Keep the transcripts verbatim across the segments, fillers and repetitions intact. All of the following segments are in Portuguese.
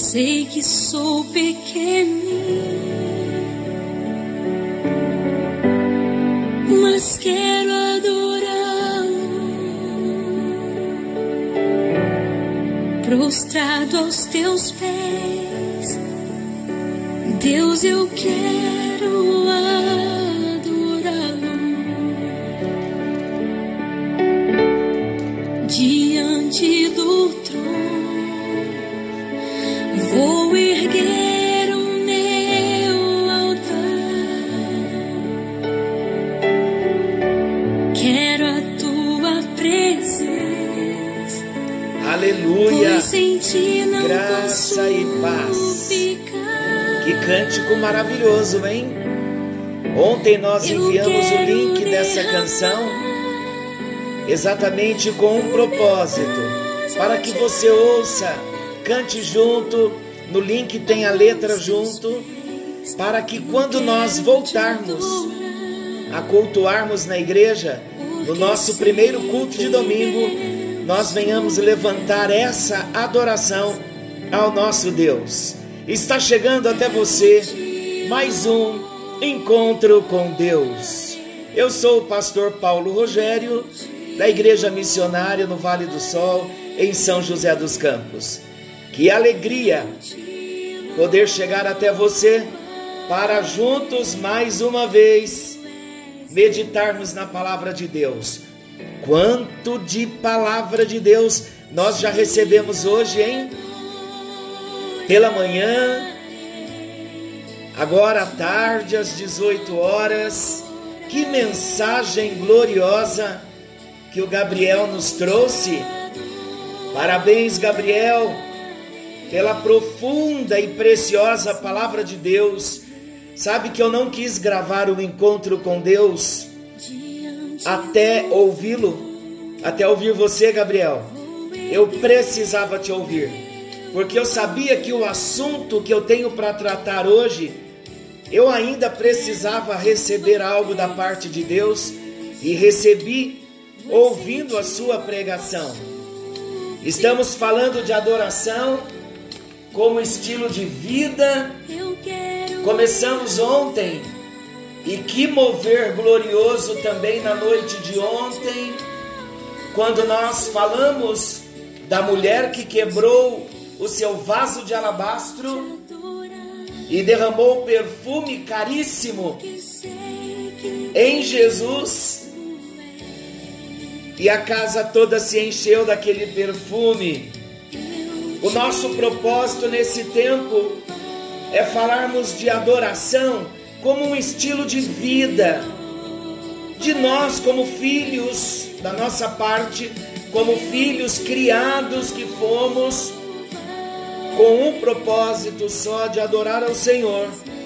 Sei que sou pequenina, mas quero adorá-lo, prostrado aos teus pés. Deus, eu quero adorá-lo, diante do trono vou erguer o meu altar. Quero a tua presença. Aleluia. Pois sem ti não Graça e paz. ficar. Que cântico maravilhoso, hein? Ontem nós enviamos o link dessa canção exatamente com um propósito, para que você ouça, cante junto, no link tem a letra junto, para que quando nós voltarmos a cultuarmos na igreja, no nosso primeiro culto de domingo, nós venhamos levantar essa adoração ao nosso Deus. Está chegando até você mais um encontro com Deus. Eu sou o pastor Paulo Rogério, da Igreja Missionária no Vale do Sol, em São José dos Campos. Que alegria poder chegar até você para juntos mais uma vez meditarmos na palavra de Deus. Quanto de palavra de Deus nós já recebemos hoje, hein? Pela manhã, agora à tarde, às dezoito horas. Que mensagem gloriosa que o Gabriel nos trouxe. Parabéns, Gabriel, pela profunda e preciosa palavra de Deus. Sabe que eu não quis gravar o encontro com Deus até ouvi-lo, até ouvir você, Gabriel. Eu precisava te ouvir, porque eu sabia que o assunto que eu tenho para tratar hoje, eu ainda precisava receber algo da parte de Deus, e recebi ouvindo a sua pregação. Estamos falando de adoração como estilo de vida. Começamos ontem, e que mover glorioso também na noite de ontem, quando nós falamos da mulher que quebrou o seu vaso de alabastro e derramou perfume caríssimo em Jesus, e a casa toda se encheu daquele perfume. O nosso propósito nesse tempo é falarmos de adoração como um estilo de vida, de nós como filhos, da nossa parte, como filhos criados que fomos, com um propósito só, de adorar ao Senhor,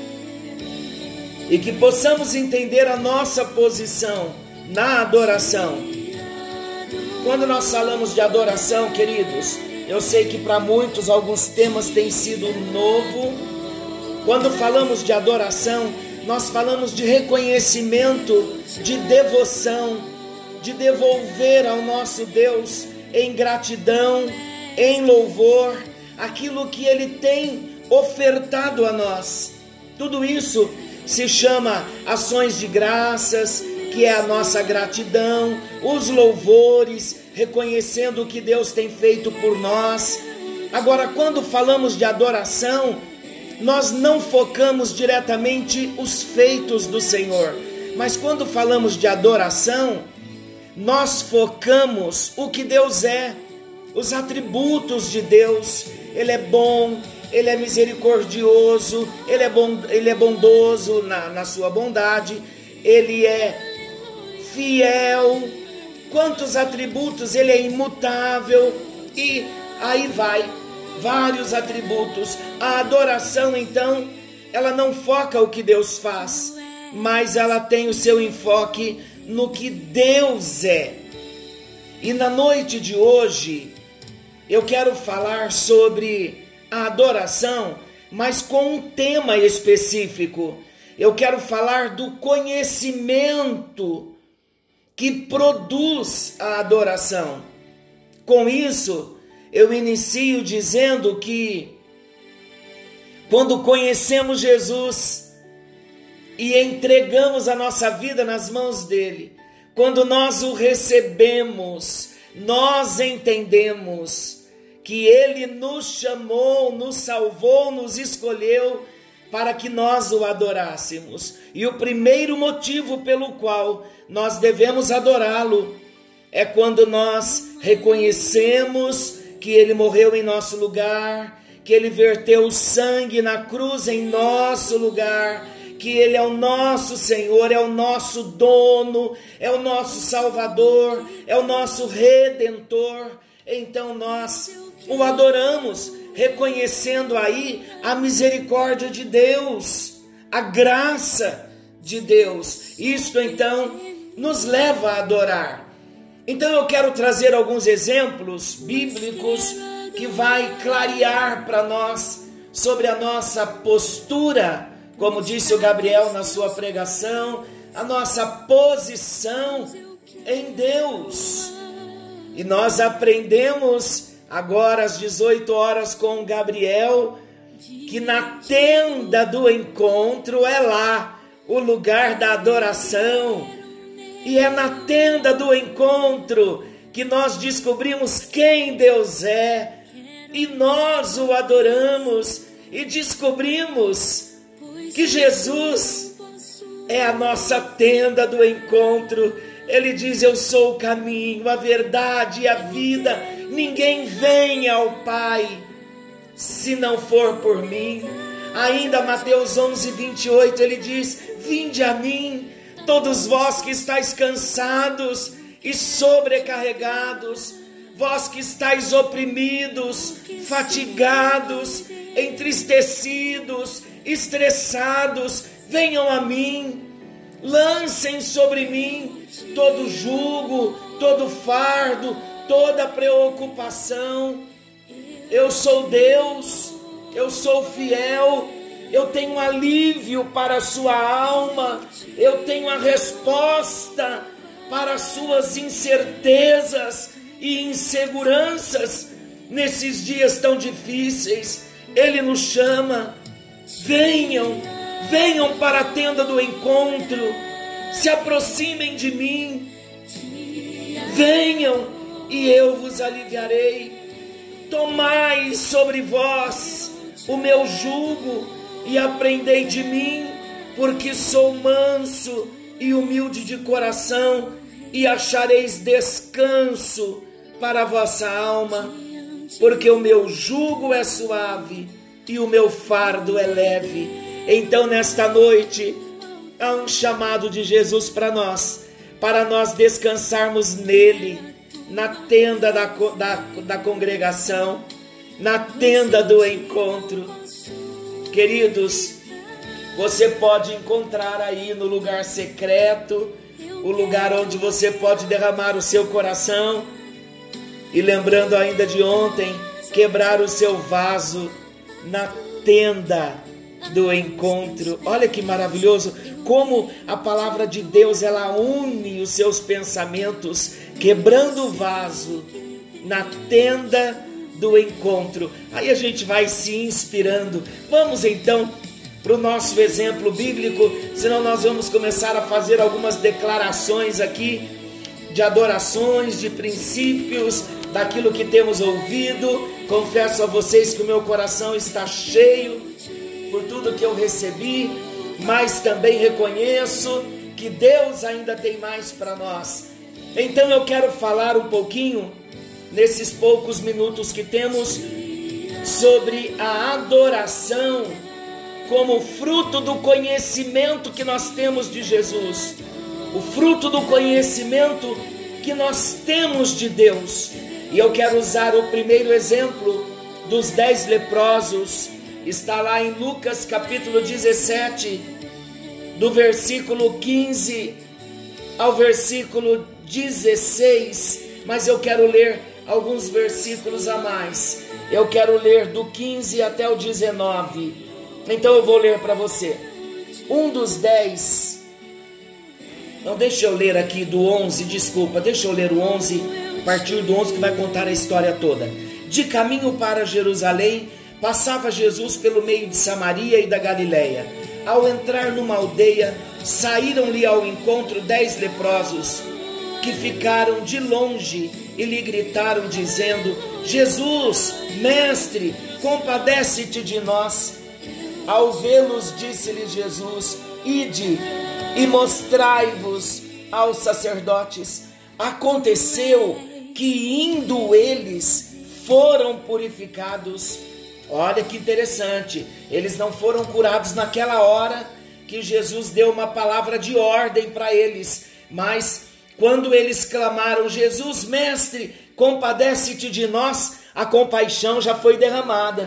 e que possamos entender a nossa posição na adoração. Quando nós falamos de adoração, queridos, eu sei que para muitos alguns temas têm sido novo. Quando falamos de adoração, nós falamos de reconhecimento, de devoção, de devolver ao nosso Deus em gratidão, em louvor, aquilo que Ele tem ofertado a nós. Tudo isso se chama ações de graças, que é a nossa gratidão, os louvores, reconhecendo o que Deus tem feito por nós. Agora, quando falamos de adoração, nós não focamos diretamente os feitos do Senhor, mas quando falamos de adoração, nós focamos o que Deus é, os atributos de Deus. Ele é bom, Ele é misericordioso, Ele é, bom, ele é bondoso na, na sua bondade, Ele é fiel. Quantos atributos, Ele é imutável, e aí vai, vários atributos. A adoração, então, ela não foca o que Deus faz, mas ela tem o seu enfoque no que Deus é. E na noite de hoje, eu quero falar sobre a adoração, mas com um tema específico. Eu quero falar do conhecimento que produz a adoração. Com isso, eu inicio dizendo que quando conhecemos Jesus e entregamos a nossa vida nas mãos dele, quando nós o recebemos, nós entendemos que ele nos chamou, nos salvou, nos escolheu para que nós o adorássemos. E o primeiro motivo pelo qual nós devemos adorá-lo é quando nós reconhecemos que ele morreu em nosso lugar, que ele verteu o sangue na cruz em nosso lugar, que ele é o nosso Senhor, é o nosso dono, é o nosso Salvador, é o nosso Redentor. Então nós o adoramos, reconhecendo aí a misericórdia de Deus, a graça de Deus. Isto então nos leva a adorar. Então eu quero trazer alguns exemplos bíblicos que vai clarear para nós sobre a nossa postura, como disse o Gabriel na sua pregação, a nossa posição em Deus. E nós aprendemos agora às dezoito horas com o Gabriel que na tenda do encontro é lá o lugar da adoração. E é na tenda do encontro que nós descobrimos quem Deus é, e nós o adoramos e descobrimos que Jesus é a nossa tenda do encontro. Ele diz: eu sou o caminho, a verdade e a vida. Ninguém vem ao Pai se não for por mim. Ainda Mateus onze, vinte e oito, ele diz: vinde a mim, todos vós que estáis cansados e sobrecarregados, vós que estáis oprimidos, fatigados, entristecidos, estressados, venham a mim, lancem sobre mim todo jugo, todo fardo, toda preocupação. Eu sou Deus, eu sou fiel, eu tenho alívio para a sua alma, eu tenho a resposta para as suas incertezas e inseguranças nesses dias tão difíceis. Ele nos chama: venham, venham para a tenda do encontro, se aproximem de mim, venham e eu vos aliviarei. Tomai sobre vós o meu jugo e aprendei de mim, porque sou manso e humilde de coração, e achareis descanso para a vossa alma, porque o meu jugo é suave e o meu fardo é leve. Então nesta noite há um chamado de Jesus para nós, para nós descansarmos nele, na tenda da, da, da congregação, na tenda do encontro. Queridos, você pode encontrar aí no lugar secreto, o lugar onde você pode derramar o seu coração, e lembrando ainda de ontem, quebrar o seu vaso na tenda do encontro. Olha que maravilhoso, como a palavra de Deus, ela une os seus pensamentos, quebrando o vaso na tenda do encontro. Aí a gente vai se inspirando. Vamos então para o nosso exemplo bíblico, senão nós vamos começar a fazer algumas declarações aqui de adorações, de princípios, daquilo que temos ouvido. Confesso a vocês que o meu coração está cheio por tudo que eu recebi, mas também reconheço que Deus ainda tem mais para nós. Então eu quero falar um pouquinho, nesses poucos minutos que temos, sobre a adoração como fruto do conhecimento que nós temos de Jesus, o fruto do conhecimento que nós temos de Deus. E eu quero usar o primeiro exemplo dos dez leprosos. Está lá em Lucas capítulo dezessete, do versículo quinze ao versículo dezesseis, mas eu quero ler alguns versículos a mais. Eu quero ler do quinze até o dezenove. Então eu vou ler para você. Um dos dez, não, deixa eu ler aqui do onze, desculpa, deixa eu ler o onze, a partir do onze que vai contar a história toda. De caminho para Jerusalém, passava Jesus pelo meio de Samaria e da Galileia. Ao entrar numa aldeia, saíram-lhe ao encontro dez leprosos, que ficaram de longe e lhe gritaram, dizendo: Jesus, mestre, compadece-te de nós. Ao vê-los, disse-lhe Jesus: Ide e mostrai-vos aos sacerdotes. Aconteceu que, indo eles, foram purificados. Olha que interessante, eles não foram curados naquela hora que Jesus deu uma palavra de ordem para eles, mas quando eles clamaram: Jesus, mestre, compadece-te de nós, a compaixão já foi derramada.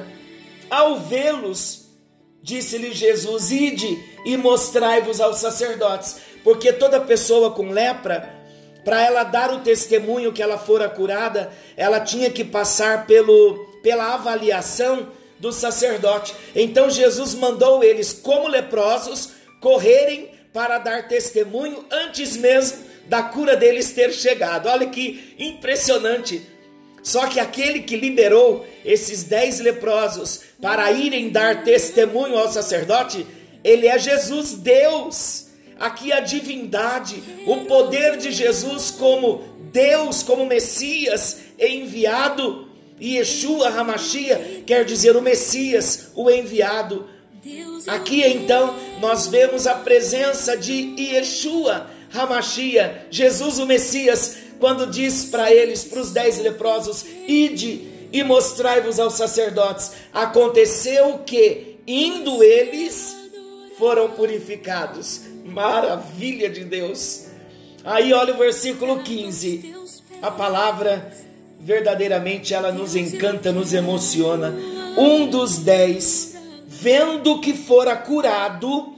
Ao vê-los, disse-lhe Jesus: Ide e mostrai-vos aos sacerdotes, porque toda pessoa com lepra, para ela dar o testemunho que ela fora curada, ela tinha que passar pelo, pela avaliação do sacerdote. Então Jesus mandou eles, como leprosos, correrem para dar testemunho antes mesmo da cura deles ter chegado. Olha que impressionante. Só que aquele que liberou esses dez leprosos para irem dar testemunho ao sacerdote, ele é Jesus, Deus. Aqui a divindade, o poder de Jesus como Deus, como Messias enviado. Yeshua HaMashiach quer dizer o Messias, o enviado. Aqui então nós vemos a presença de Yeshua HaMashiach, Jesus o Messias, quando diz para eles, para os dez leprosos: Ide e mostrai-vos aos sacerdotes. Aconteceu que, indo eles, foram purificados. Maravilha de Deus. Aí olha o versículo quinze. A palavra verdadeiramente ela nos encanta, nos emociona. Um dos dez, vendo que fora curado,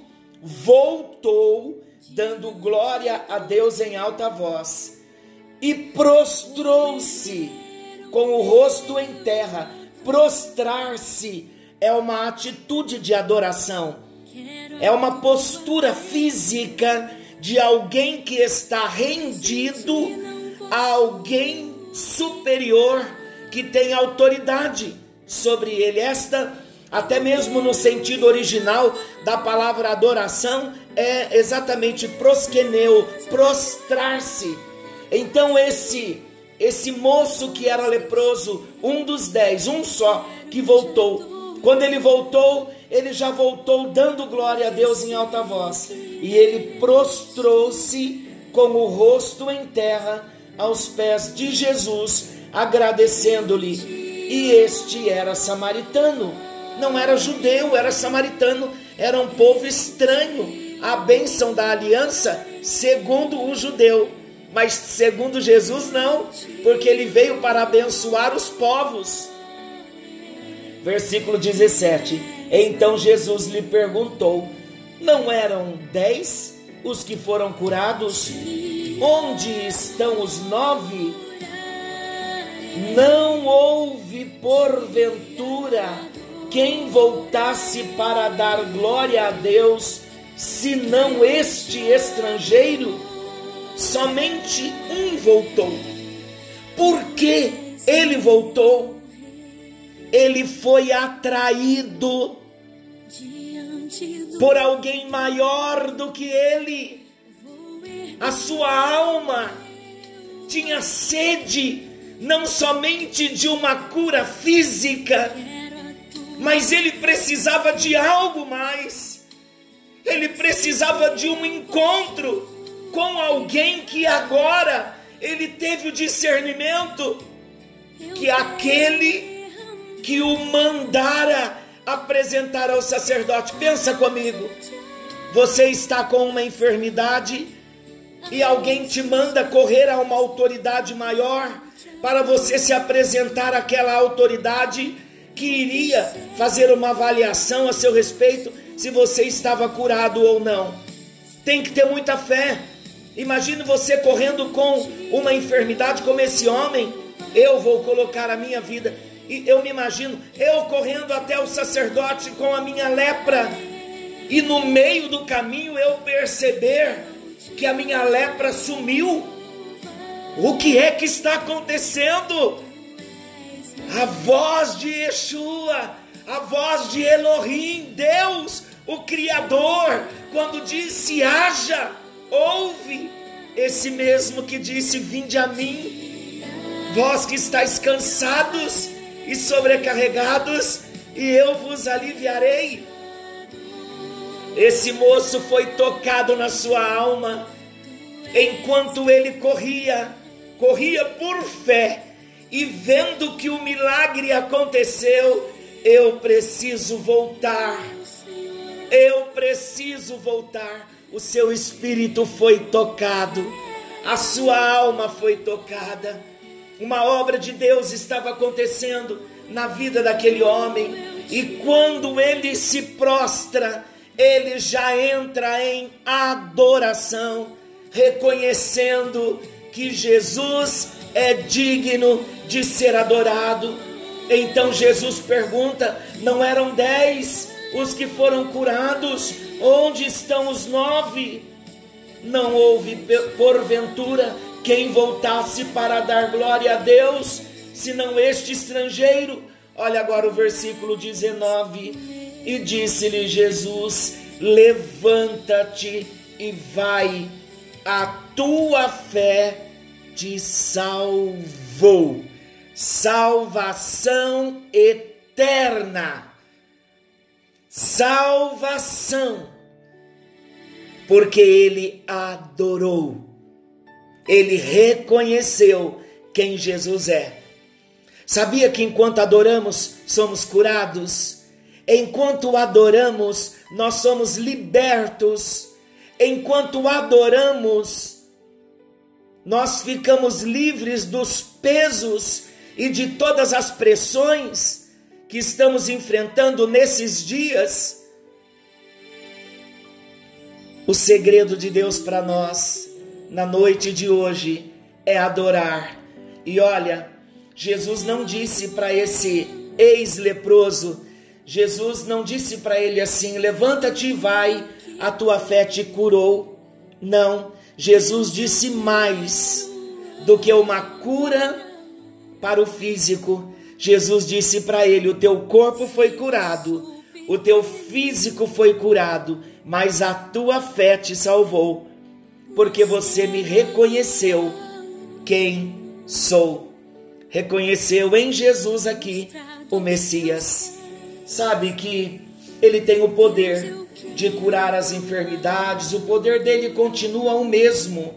voltou, dando glória a Deus em alta voz, e prostrou-se com o rosto em terra. Prostrar-se é uma atitude de adoração. É uma postura física de alguém que está rendido a alguém superior que tem autoridade sobre ele. Esta, até mesmo no sentido original da palavra adoração, é exatamente proskeneu, prostrar-se. Então esse, esse moço que era leproso, um dos dez, um só, que voltou. Quando ele voltou, ele já voltou dando glória a Deus em alta voz. E ele prostrou-se com o rosto em terra aos pés de Jesus, agradecendo-lhe. E este era samaritano. Não era judeu, era samaritano. Era um povo estranho. A bênção da aliança segundo o judeu. Mas segundo Jesus não, porque ele veio para abençoar os povos. Versículo dezessete. Então Jesus lhe perguntou: não eram dez os que foram curados? Onde estão os nove? Não houve porventura quem voltasse para dar glória a Deus, senão este estrangeiro? Somente um voltou. Por que ele voltou? Ele foi atraído por alguém maior do que ele. A sua alma tinha sede não somente de uma cura física, mas ele precisava de algo mais. Ele precisava de um encontro com alguém que agora ele teve o discernimento que aquele que o mandara apresentar ao sacerdote. Pensa comigo, você está com uma enfermidade e alguém te manda correr a uma autoridade maior para você se apresentar àquela autoridade que iria fazer uma avaliação a seu respeito se você estava curado ou não. Tem que ter muita fé. Imagine você correndo com uma enfermidade como esse homem. Eu vou colocar a minha vida, e eu me imagino eu correndo até o sacerdote com a minha lepra, e no meio do caminho eu perceber que a minha lepra sumiu. O que é que está acontecendo? A voz de Yeshua, a voz de Elohim, Deus, o Criador, quando disse haja, ouve, esse mesmo que disse vinde a mim, vós que estáis cansados e sobrecarregados, e eu vos aliviarei. Esse moço foi tocado na sua alma, enquanto ele corria, corria por fé, e vendo que o milagre aconteceu, eu preciso voltar, eu preciso voltar. O seu espírito foi tocado, a sua alma foi tocada, uma obra de Deus estava acontecendo na vida daquele homem, e quando ele se prostra, ele já entra em adoração, reconhecendo que Jesus é digno de ser adorado. Então Jesus pergunta: não eram dez os que foram curados? Onde estão os nove? Não houve porventura quem voltasse para dar glória a Deus, senão este estrangeiro? Olha agora o versículo dezenove. E disse-lhe Jesus: levanta-te e vai, a tua fé te salvou. Salvação eterna. Salvação. Porque ele adorou. Ele reconheceu quem Jesus é. Sabia que enquanto adoramos, somos curados? Enquanto adoramos, nós somos libertos. Enquanto adoramos, nós ficamos livres dos pesos e de todas as pressões que estamos enfrentando nesses dias. O segredo de Deus para nós, na noite de hoje, é adorar. E olha, Jesus não disse para esse ex-leproso, Jesus não disse para ele assim: levanta-te e vai, a tua fé te curou. Não, Jesus disse mais do que uma cura para o físico. Jesus disse para ele: o teu corpo foi curado, o teu físico foi curado, mas a tua fé te salvou, porque você me reconheceu quem sou. Reconheceu em Jesus aqui o Messias. Sabe que ele tem o poder de curar as enfermidades, o poder dele continua o mesmo.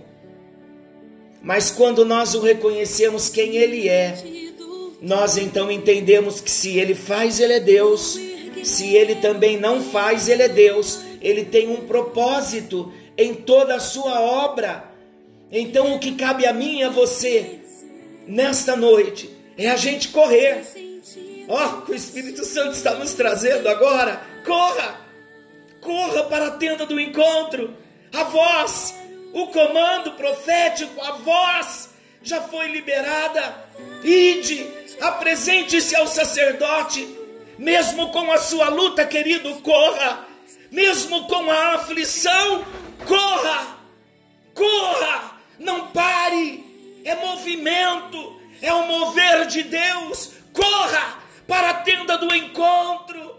Mas quando nós o reconhecemos quem ele é, nós então entendemos que se ele faz, ele é Deus. Se ele também não faz, ele é Deus. Ele tem um propósito em toda a sua obra. Então o que cabe a mim e a você nesta noite é a gente correr. Ó, oh, o Espírito Santo está nos trazendo agora. Corra, corra para a tenda do encontro. A voz, o comando profético, a voz já foi liberada. Ide, apresente-se ao sacerdote. Mesmo com a sua luta, querido, corra. Mesmo com a aflição, corra. Corra, não pare. É movimento, é o mover de Deus. Corra para a tenda do encontro.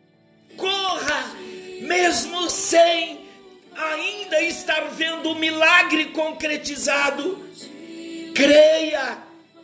Corra, mesmo sem ainda estar vendo o milagre concretizado. Creia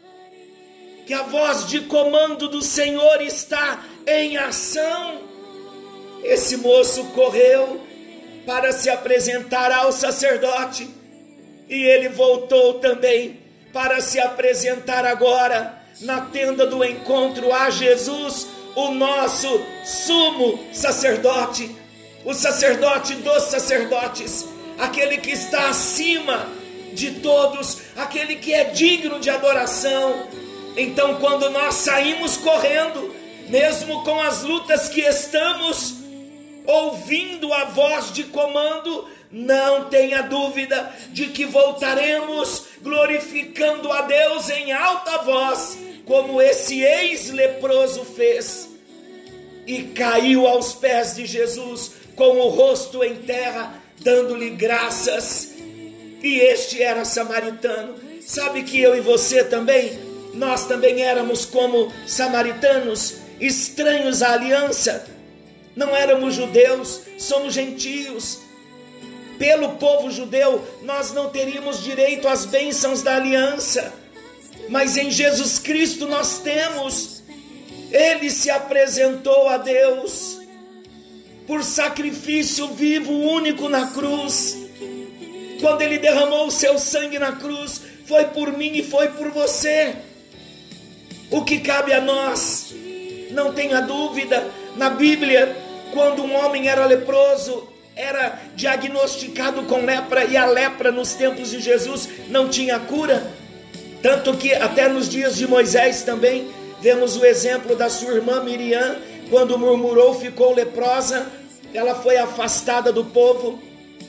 que a voz de comando do Senhor está em ação. Esse moço correu para se apresentar ao sacerdote, e ele voltou também para se apresentar agora na tenda do encontro a Jesus, o nosso sumo sacerdote, o sacerdote dos sacerdotes, aquele que está acima de todos, aquele que é digno de adoração. Então, quando nós saímos correndo, mesmo com as lutas que estamos, ouvindo a voz de comando, não tenha dúvida de que voltaremos glorificando a Deus em alta voz, como esse ex-leproso fez, e caiu aos pés de Jesus com o rosto em terra, dando-lhe graças. E este era samaritano. Sabe que eu e você também, nós também éramos como samaritanos, estranhos à aliança. Não éramos judeus, somos gentios. Pelo povo judeu, nós não teríamos direito às bênçãos da aliança. Mas em Jesus Cristo nós temos. Ele se apresentou a Deus por sacrifício vivo, único na cruz. Quando Ele derramou o seu sangue na cruz, foi por mim e foi por você. O que cabe a nós? Não tenha dúvida, na Bíblia, quando um homem era leproso, era diagnosticado com lepra, e a lepra nos tempos de Jesus não tinha cura. Tanto que até nos dias de Moisés também, vemos o exemplo da sua irmã Miriam, quando murmurou, ficou leprosa, ela foi afastada do povo.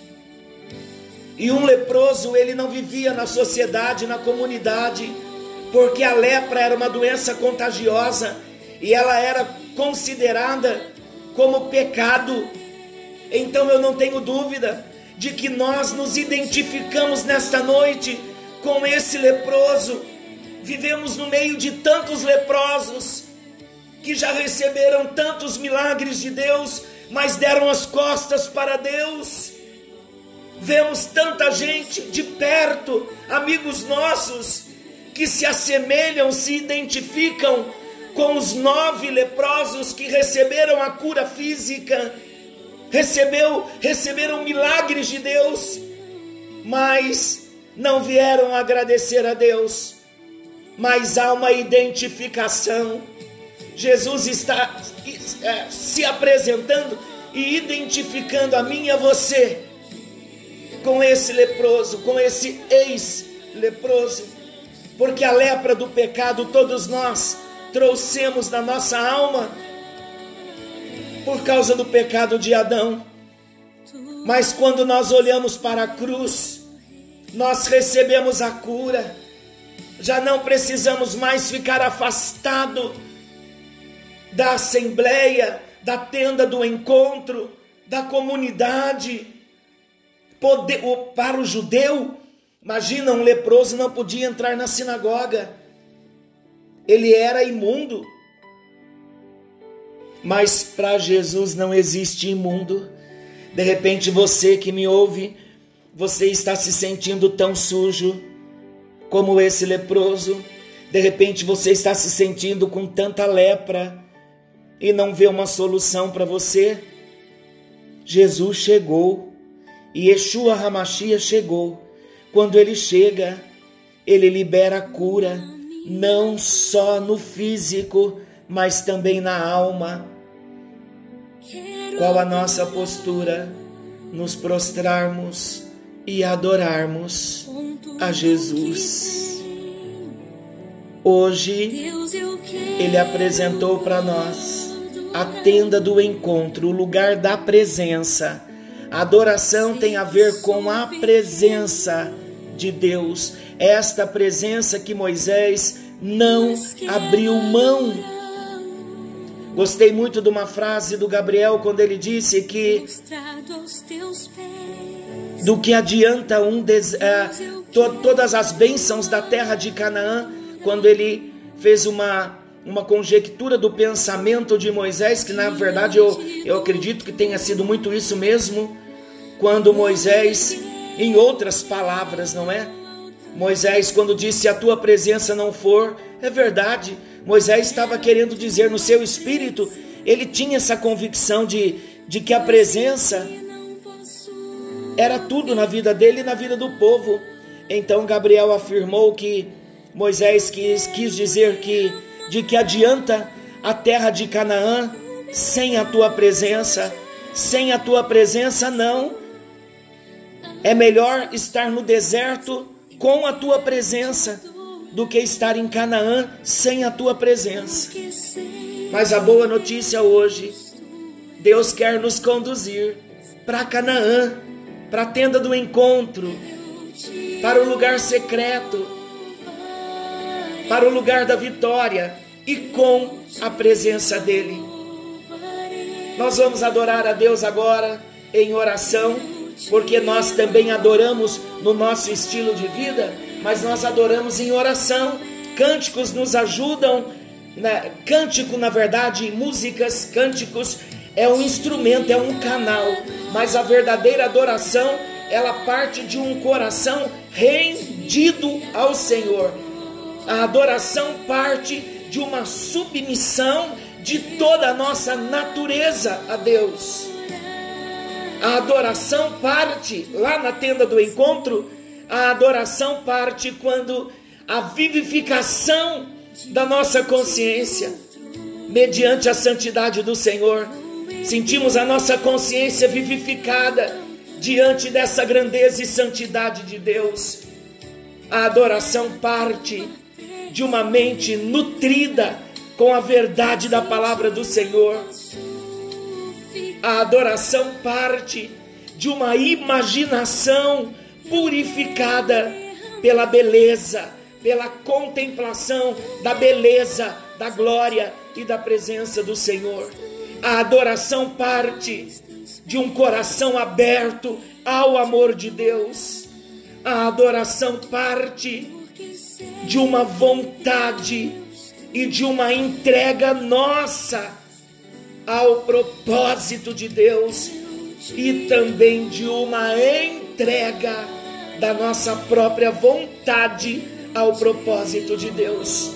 E um leproso, ele não vivia na sociedade, na comunidade, porque a lepra era uma doença contagiosa, e ela era considerada como pecado. Então eu não tenho dúvida de que nós nos identificamos nesta noite com esse leproso. Vivemos no meio de tantos leprosos que já receberam tantos milagres de Deus, mas deram as costas para Deus. Vemos tanta gente de perto, amigos nossos, que se assemelham, se identificam com os nove leprosos que receberam a cura física, recebeu, receberam milagres de Deus, mas não vieram agradecer a Deus. Mas há uma identificação. Jesus está é, se apresentando e identificando a mim e a você com esse leproso, com esse ex-leproso, porque a lepra do pecado todos nós trouxemos na nossa alma por causa do pecado de Adão. Mas quando nós olhamos para a cruz, nós recebemos a cura. Já não precisamos mais ficar afastado da assembleia, da tenda do encontro, da comunidade. Poder, para o judeu, imagina, um leproso não podia entrar na sinagoga, ele era imundo. Mas para Jesus não existe imundo. De repente você que me ouve, você está se sentindo tão sujo como esse leproso. De repente você está se sentindo com tanta lepra e não vê uma solução para você. Jesus chegou, e Yeshua HaMashiach chegou. Quando Ele chega, Ele libera a cura, não só no físico, mas também na alma. Qual a nossa postura? Nos prostrarmos e adorarmos a Jesus. Hoje Ele apresentou para nós a tenda do encontro, o lugar da presença. A adoração tem a ver com a presença de Deus, esta presença que Moisés não abriu mão. Gostei muito de uma frase do Gabriel quando ele disse que do que adianta um des, é, to, todas as bênçãos da terra de Canaã, quando ele fez uma, uma conjectura do pensamento de Moisés, que na verdade eu, eu acredito que tenha sido muito isso mesmo, quando Moisés, em outras palavras, não é? Moisés, quando disse a tua presença não for, é verdade, Moisés estava querendo dizer no seu espírito, ele tinha essa convicção de, de que a presença era tudo na vida dele e na vida do povo. Então Gabriel afirmou que Moisés quis, quis dizer que de que adianta a terra de Canaã sem a tua presença, sem a tua presença não. É melhor estar no deserto com a tua presença do que estar em Canaã sem a tua presença. Mas a boa notícia hoje, Deus quer nos conduzir para Canaã, para a tenda do encontro, para o lugar secreto, para o lugar da vitória e com a presença dEle. Nós vamos adorar a Deus agora em oração, porque nós também adoramos no nosso estilo de vida, mas nós adoramos em oração. Cânticos nos ajudam na, cântico, na verdade, músicas, cânticos, é um instrumento, é um canal, mas a verdadeira adoração, ela parte de um coração rendido ao Senhor. A adoração parte de uma submissão de toda a nossa natureza a Deus. A adoração parte lá na tenda do encontro. A adoração parte quando a vivificação da nossa consciência, mediante a santidade do Senhor, sentimos a nossa consciência vivificada diante dessa grandeza e santidade de Deus. A adoração parte de uma mente nutrida com a verdade da palavra do Senhor. A adoração parte de uma imaginação purificada pela beleza, pela contemplação da beleza, da glória e da presença do Senhor. A adoração parte de um coração aberto ao amor de Deus. A adoração parte de uma vontade e de uma entrega nossa ao propósito de Deus e também de uma entrega da nossa própria vontade ao propósito de Deus.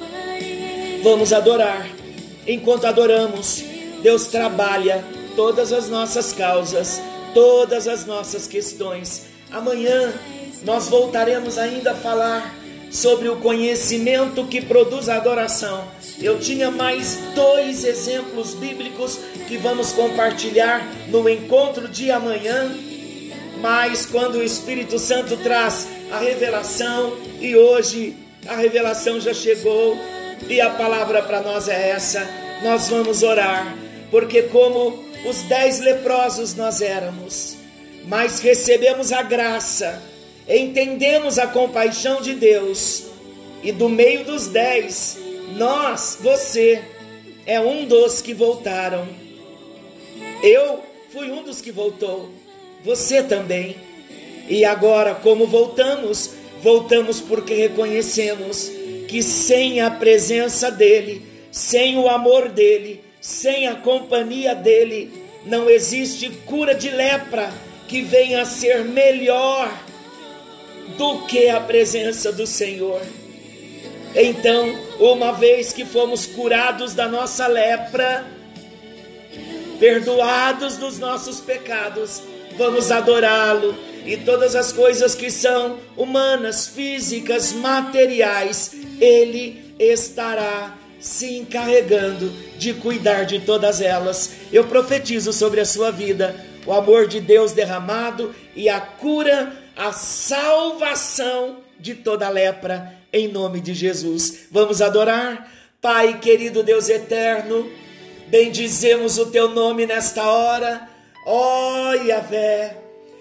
Vamos adorar. Enquanto adoramos, Deus trabalha todas as nossas causas, todas as nossas questões. Amanhã nós voltaremos ainda a falar sobre o conhecimento que produz a adoração. Eu tinha mais dois exemplos bíblicos que vamos compartilhar no encontro de amanhã, mas quando o Espírito Santo traz a revelação, e hoje a revelação já chegou, e a palavra para nós é essa: nós vamos orar, porque como os dez leprosos nós éramos, mas recebemos a graça, entendemos a compaixão de Deus, e do meio dos dez, nós, você, é um dos que voltaram. Eu fui um dos que voltou, você também. E agora, como voltamos? Voltamos porque reconhecemos que sem a presença dEle, sem o amor dEle, sem a companhia dEle, não existe cura de lepra que venha a ser melhor do que a presença do Senhor. Então, uma vez que fomos curados da nossa lepra, perdoados dos nossos pecados, vamos adorá-lo, e todas as coisas que são humanas, físicas, materiais, Ele estará se encarregando de cuidar de todas elas. Eu profetizo sobre a sua vida o amor de Deus derramado e a cura, a salvação de toda lepra, em nome de Jesus. Vamos adorar? Pai querido, Deus eterno, bendizemos o teu nome nesta hora. Ó Yahvé,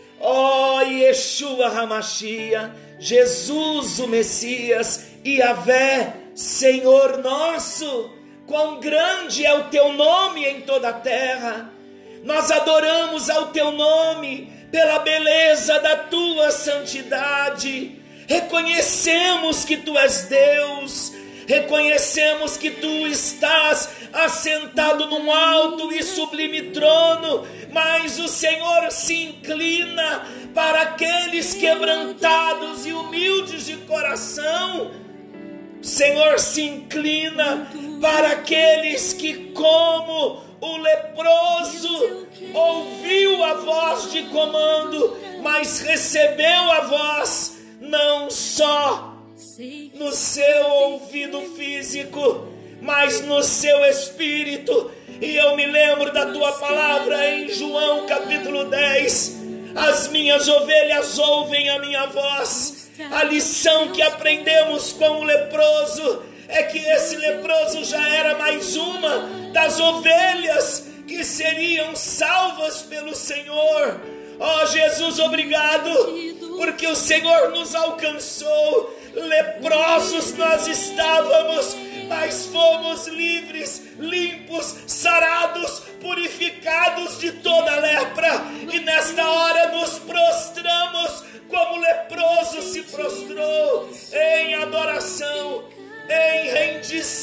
ó Yeshua Hamashia, Jesus o Messias, Yahvé, Senhor nosso, quão grande é o teu nome em toda a terra. Nós adoramos ao teu nome pela beleza da tua santidade. Reconhecemos que tu és Deus, reconhecemos que tu estás assentado num alto e sublime trono, mas o Senhor se inclina para aqueles quebrantados e humildes de coração. O Senhor se inclina para aqueles que, como o leproso, ouviu a voz de comando, mas recebeu a voz não só no seu ouvido físico, mas no seu espírito. E eu me lembro da tua palavra em João capítulo dez: as minhas ovelhas ouvem a minha voz. A lição que aprendemos com o leproso é que esse leproso já era mais uma das ovelhas que seriam salvas pelo Senhor. Ó Jesus, obrigado, porque o Senhor nos alcançou. Leprosos nós estávamos, mas fomos livres, limpos, sarados, purificados de toda lepra. E nesta hora nos prostramos como o leproso se prostrou, em adoração, em rendição,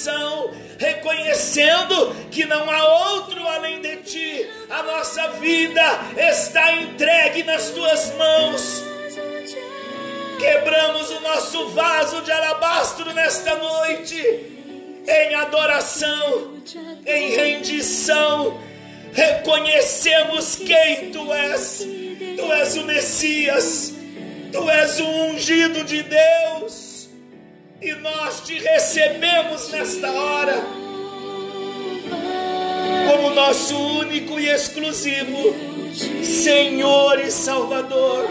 adoração, reconhecendo que não há outro além de Ti. A nossa vida está entregue nas Tuas mãos. Quebramos o nosso vaso de alabastro nesta noite, em adoração, em rendição. Reconhecemos quem Tu és. Tu és o Messias, Tu és o ungido de Deus, e nós Te recebemos nesta hora como nosso único e exclusivo Senhor e Salvador.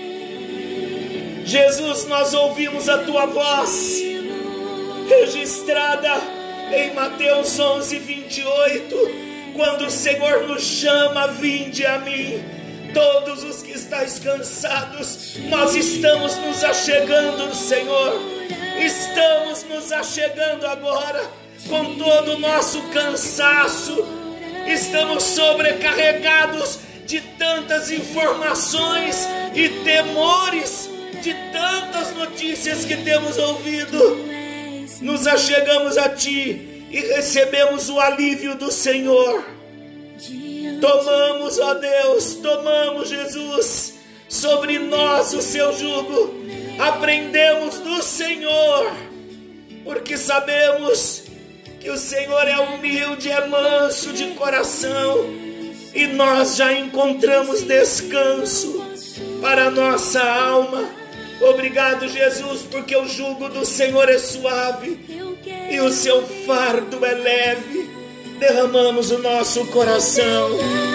Jesus, nós ouvimos a Tua voz registrada em Mateus onze, vinte e oito, quando o Senhor nos chama: vinde a mim, todos os que estáis cansados. Nós estamos nos achegando, Senhor, estamos nos achegando agora com todo o nosso cansaço. Estamos sobrecarregados de tantas informações e temores, de tantas notícias que temos ouvido. Nos achegamos a Ti e recebemos o alívio do Senhor. Tomamos, ó Deus, tomamos, Jesus, sobre nós o Seu jugo. Aprendemos do Senhor, porque sabemos que o Senhor é humilde, é manso de coração, e nós já encontramos descanso para a nossa alma. Obrigado, Jesus, porque o jugo do Senhor é suave e o Seu fardo é leve. Derramamos o nosso coração.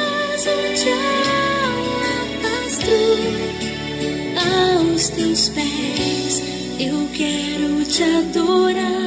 Aos Teus pés eu quero Te adorar,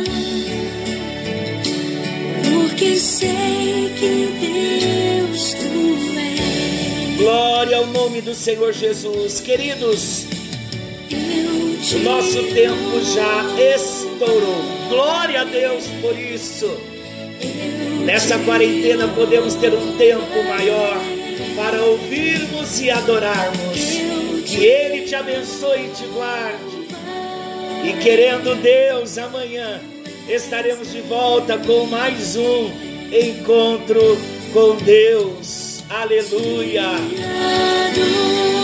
porque sei que Deus Tu és. Glória ao nome do Senhor Jesus. Queridos, o nosso tempo já estourou. Glória a Deus por isso. Nessa quarentena podemos ter um tempo maior para ouvirmos e adorarmos. Que Ele te abençoe e te guarde. E querendo Deus, amanhã estaremos de volta com mais um encontro com Deus. Aleluia.